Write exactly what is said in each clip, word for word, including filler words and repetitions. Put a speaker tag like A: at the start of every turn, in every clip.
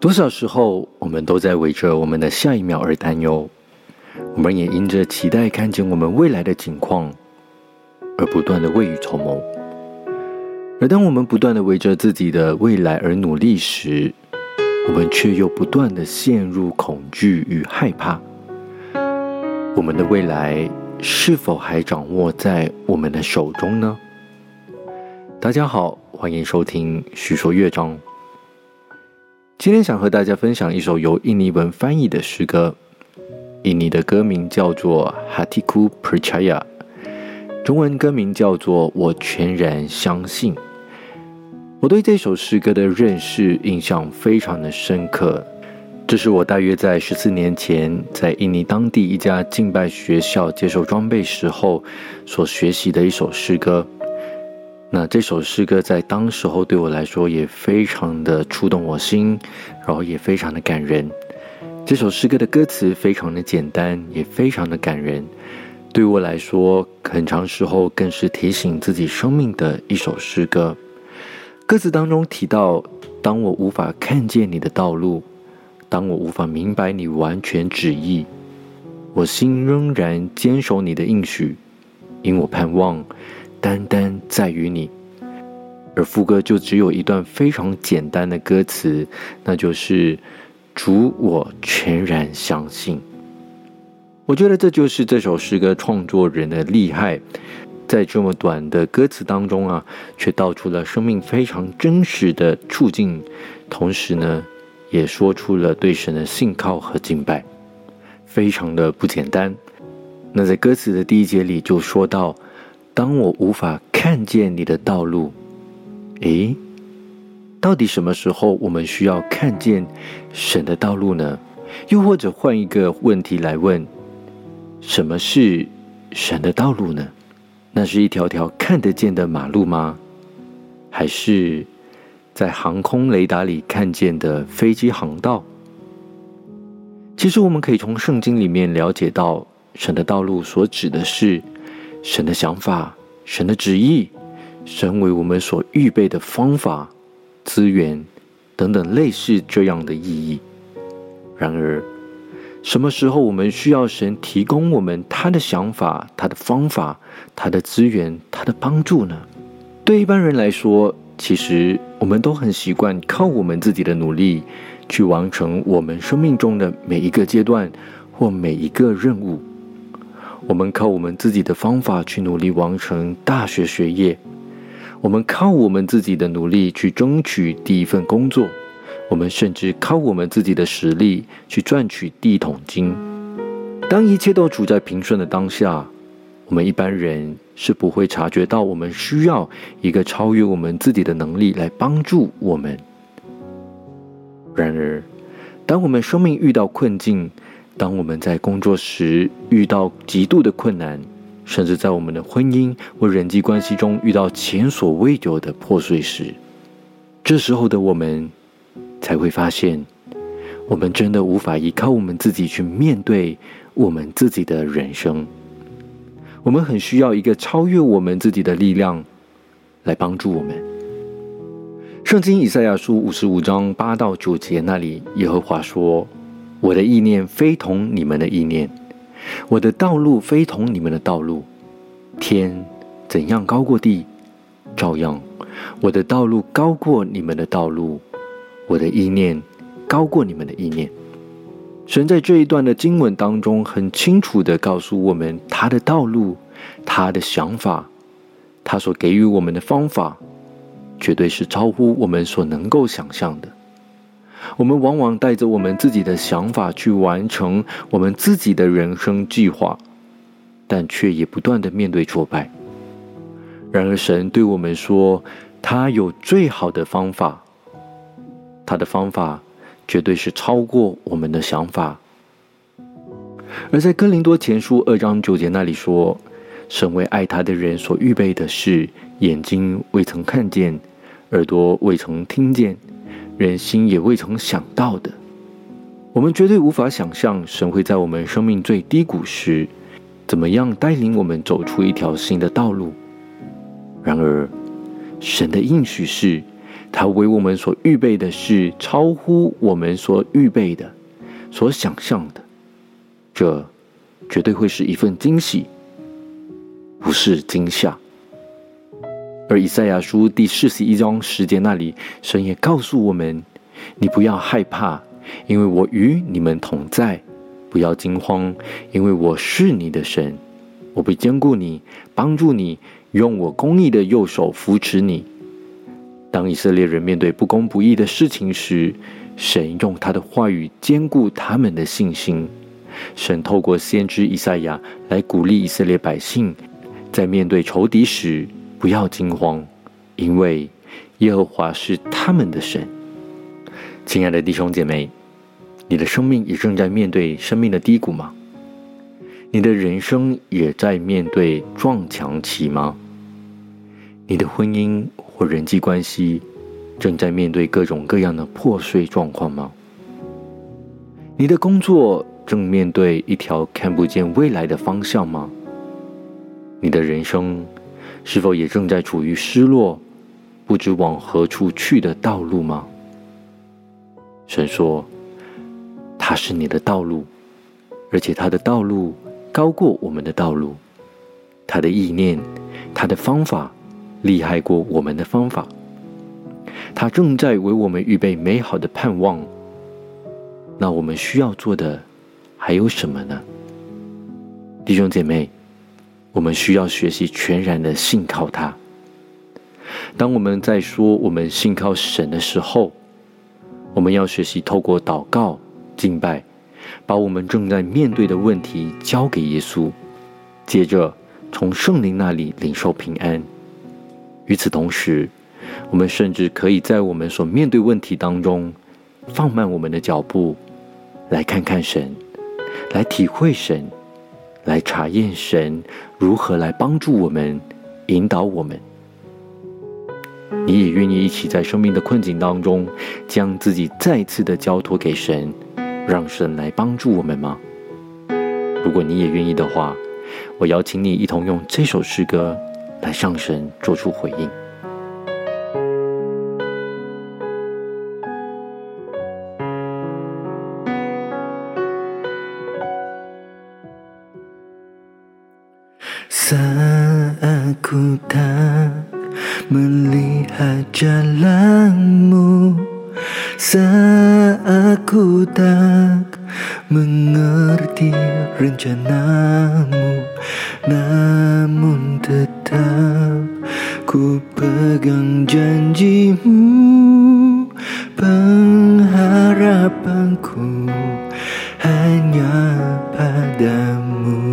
A: 多少时候，我们都在为着我们的下一秒而担忧，我们也因着期待看见我们未来的景况，而不断的未雨绸缪。而当我们不断的为着自己的未来而努力时，我们却又不断的陷入恐惧与害怕。我们的未来是否还掌握在我们的手中呢？大家好，欢迎收听叙说乐章。今天想和大家分享一首由印尼文翻译的诗歌，印尼的歌名叫做 Hatiku Percaya， 中文歌名叫做我全然相信。我对这首诗歌的认识印象非常的深刻，这是我大约在十四年前在印尼当地一家敬拜学校接受装备时候所学习的一首诗歌。那这首诗歌在当时候对我来说也非常的触动我心，然后也非常的感人。这首诗歌的歌词非常的简单，也非常的感人，对我来说很长时候更是提醒自己生命的一首诗歌。歌词当中提到，当我无法看见你的道路，当我无法明白你完全旨意，我心仍然坚守你的应许，因我盼望单单在于你。而副歌就只有一段非常简单的歌词，那就是主，我全然相信。我觉得这就是这首诗歌创作人的厉害，在这么短的歌词当中啊，却道出了生命非常真实的处境，同时呢，也说出了对神的信靠和敬拜，非常的不简单。那在歌词的第一节里就说到，当我无法看见你的道路，诶，到底什么时候我们需要看见神的道路呢？又或者换一个问题来问，什么是神的道路呢？那是一条条看得见的马路吗？还是在航空雷达里看见的飞机航道？其实我们可以从圣经里面了解到，神的道路所指的是神的想法、神的旨意，神为我们所预备的方法、资源等等类似这样的意义。然而，什么时候我们需要神提供我们他的想法、他的方法、他的资源、他的帮助呢？对一般人来说，其实我们都很习惯靠我们自己的努力去完成我们生命中的每一个阶段或每一个任务。我们靠我们自己的方法去努力完成大学学业，我们靠我们自己的努力去争取第一份工作，我们甚至靠我们自己的实力去赚取第一桶金。当一切都处在平顺的当下，我们一般人是不会察觉到我们需要一个超越我们自己的能力来帮助我们。然而，当我们生命遇到困境，当我们在工作时遇到极度的困难，甚至在我们的婚姻或人际关系中遇到前所未有的破碎时，这时候的我们才会发现，我们真的无法依靠我们自己去面对我们自己的人生。我们很需要一个超越我们自己的力量来帮助我们。圣经以赛亚书五十五章八到九节那里，耶和华说，我的意念非同你们的意念，我的道路非同你们的道路。天怎样高过地，照样我的道路高过你们的道路，我的意念高过你们的意念。神在这一段的经文当中很清楚地告诉我们，他的道路、他的想法、他所给予我们的方法，绝对是超乎我们所能够想象的。我们往往带着我们自己的想法去完成我们自己的人生计划，但却也不断地面对挫败。然而神对我们说，他有最好的方法，他的方法绝对是超过我们的想法。而在哥林多前书二章九节那里说，神为爱他的人所预备的是眼睛未曾看见，耳朵未曾听见，人心也未曾想到的。我们绝对无法想象神会在我们生命最低谷时，怎么样带领我们走出一条新的道路。然而，神的应许是， 他为我们所预备的是超乎我们所预备的、所想象的，这绝对会是一份惊喜，不是惊吓。而以赛亚书第四十一章十节那里，神也告诉我们，你不要害怕，因为我与你们同在，不要惊慌，因为我是你的神，我必坚固你，帮助你，用我公义的右手扶持你。当以色列人面对不公不义的事情时，神用他的话语坚固他们的信心。神透过先知以赛亚来鼓励以色列百姓，在面对仇敌时不要惊慌，因为耶和华是他们的神。亲爱的弟兄姐妹，你的生命也正在面对生命的低谷吗？你的人生也在面对撞墙期吗？你的婚姻或人际关系正在面对各种各样的破碎状况吗？你的工作正面对一条看不见未来的方向吗？你的人生是否也正在处于失落、不知往何处去的道路吗？神说，他是你的道路，而且他的道路高过我们的道路，他的意念、他的方法厉害过我们的方法，他正在为我们预备美好的盼望。那我们需要做的还有什么呢？弟兄姐妹，我们需要学习全然的信靠他。当我们在说我们信靠神的时候，我们要学习透过祷告、敬拜，把我们正在面对的问题交给耶稣，接着从圣灵那里领受平安。与此同时，我们甚至可以在我们所面对问题当中放慢我们的脚步，来看看神，来体会神，来查验神如何来帮助我们，引导我们。你也愿意一起在生命的困境当中将自己再次的交托给神，让神来帮助我们吗？如果你也愿意的话，我邀请你一同用这首诗歌来向神做出回应。
B: Saat aku tak melihat jalanmu, saat aku tak mengerti rencanamu, namun tetap ku pegang janjimu. Pengharapanku hanya padamu.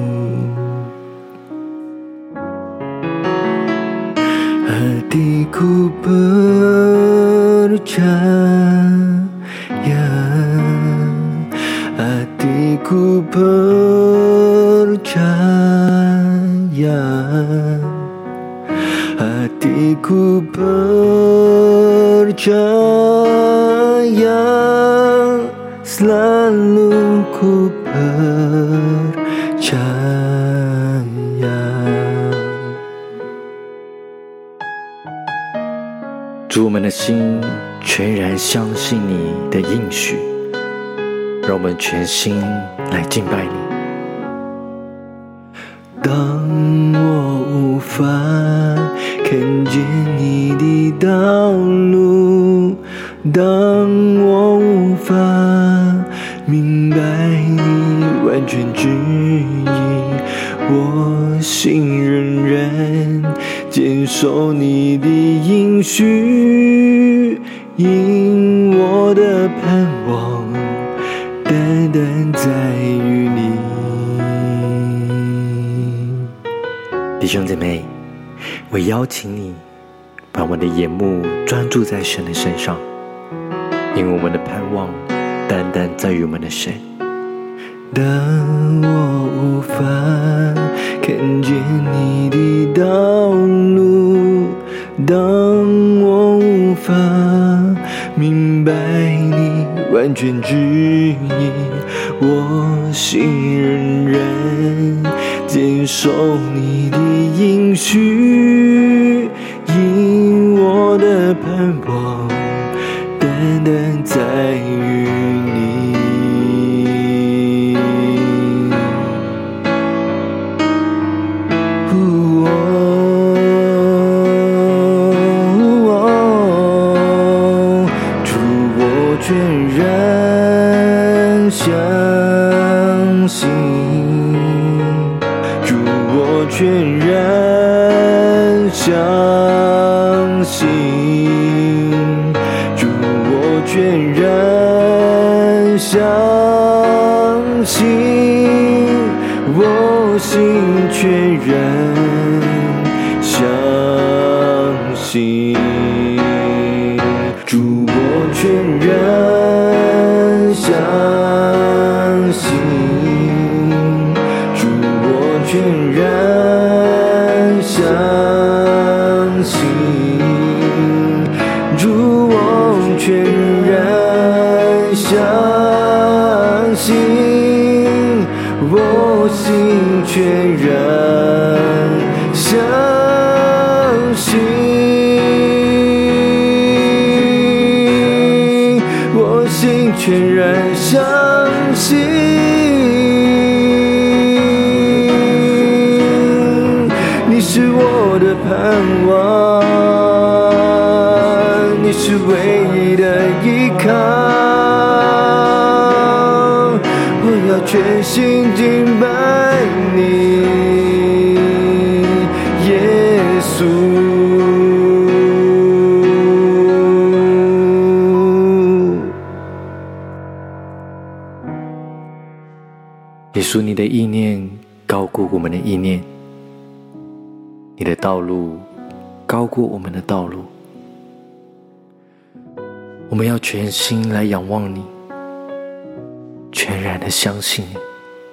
B: Hatiku percaya, hatiku percaya, hatiku percaya, selalu ku percaya.
A: 主，我们的心全然相信你的应许，让我们全心来敬拜你。
B: 当我无法看见你的道路，当我无法明白你完全旨意，我心仍然坚守你的应许，因我的盼望单单在于你。
A: 弟兄姐妹，我邀请你把我们的眼目专注在神的身上，因为我们的盼望单单在于我们的神。
B: 当我无法看见你的道路，当我无法明白你完全旨意，我心仍然坚守你的应许，因我的盼望全然相信，主我全然相信，我心全然相信，主我全然相信，主我全然相信，主我全然相信，我心全然相信，我心全然相信，你是我的盼望，你是唯一的依靠，我要全心敬拜你，耶稣。
A: 耶稣，你的意念高过我们的意念，你的道路高过我们的道路，我们要全心来仰望你，全然的相信你。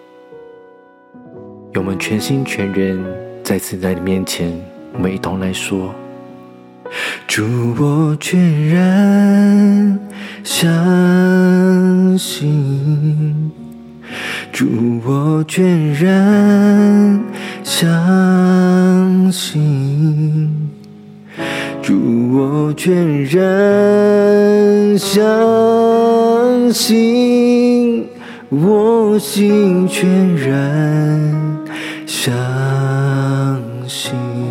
A: 有我们全心全人再次在你面前，我们一同来说：
B: 主我全然相信，主我全然相信，主我全然相信，我心全然相信，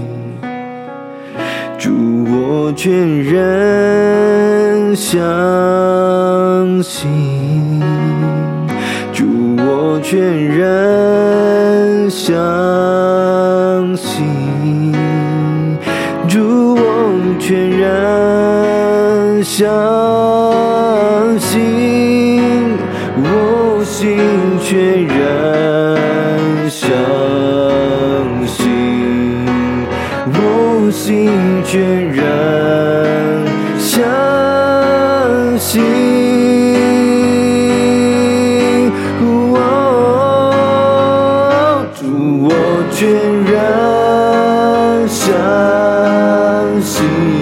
B: 主我全然相信，主我全然相信，主我全然相信，我心全然相信，我心全然相信。全然相信，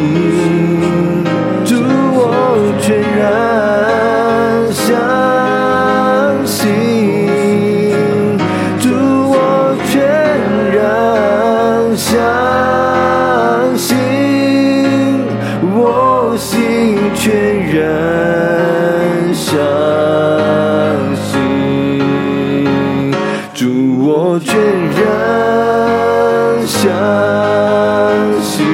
B: 主我全然相信，主我全然相信，我心全然相信，主我全然相信，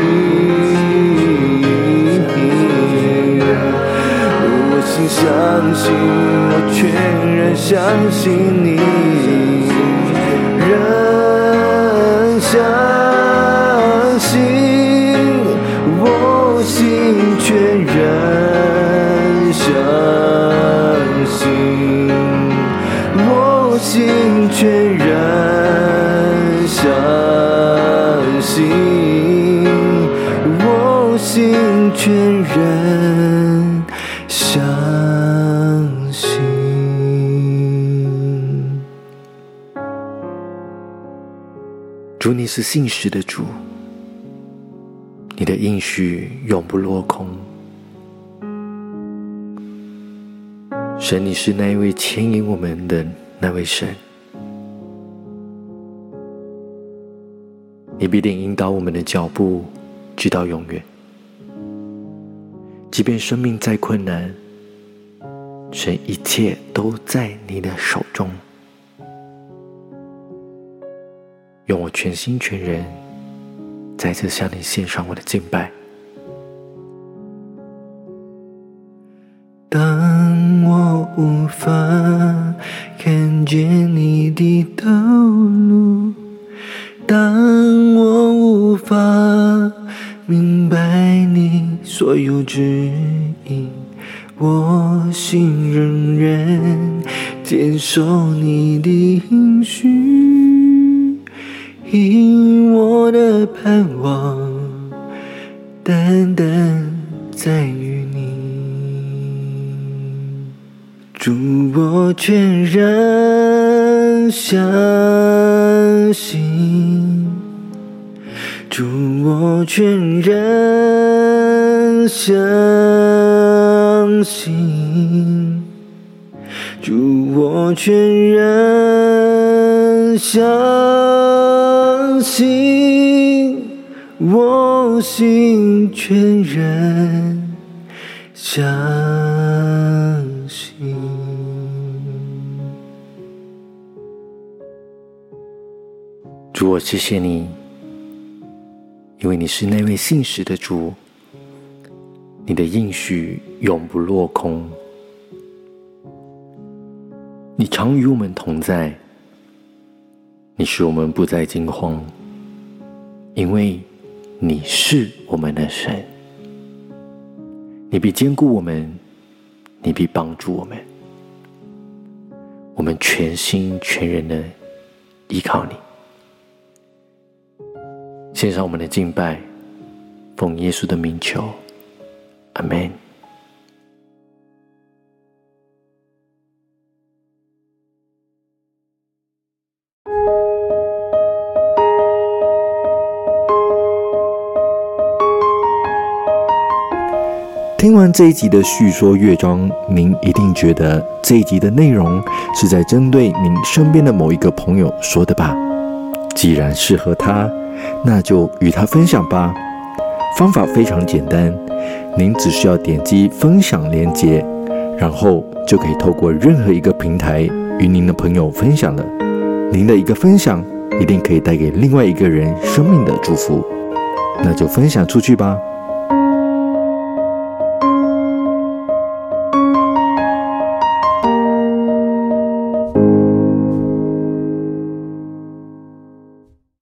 B: 我心相信，我全然相信你，人相信，我心全然相信，我心全然相信，我心全然相信。
A: 主，你是信实的主，你的应许永不落空。神，你是那一位牵引我们的那位神，你必定引导我们的脚步直到永远。即便生命再困难，神，一切都在你的手中。用我全心全人再次向你献上我的敬拜。
B: 当我无法看见你的道路，当所有指引，我心仍然坚守你的应许，因我的盼望单单在于你。主，我全然相信，主，我全然相信，主，我全然相信，我心全然相信。
A: 主，我谢谢你，因为你是那位信实的主，你的应许永不落空，你常与我们同在，你使我们不再惊慌，因为你是我们的神，你必坚固我们，你必帮助我们，我们全心全人的依靠你。献上我们的敬拜，奉耶稣的名求，阿们。
C: 听完这一集的叙说乐章，您一定觉得这一集的内容是在针对您身边的某一个朋友说的吧？既然适合他，那就与他分享吧。方法非常简单，您只需要点击分享连结，然后就可以透过任何一个平台与您的朋友分享了。您的一个分享一定可以带给另外一个人生命的祝福，那就分享出去吧。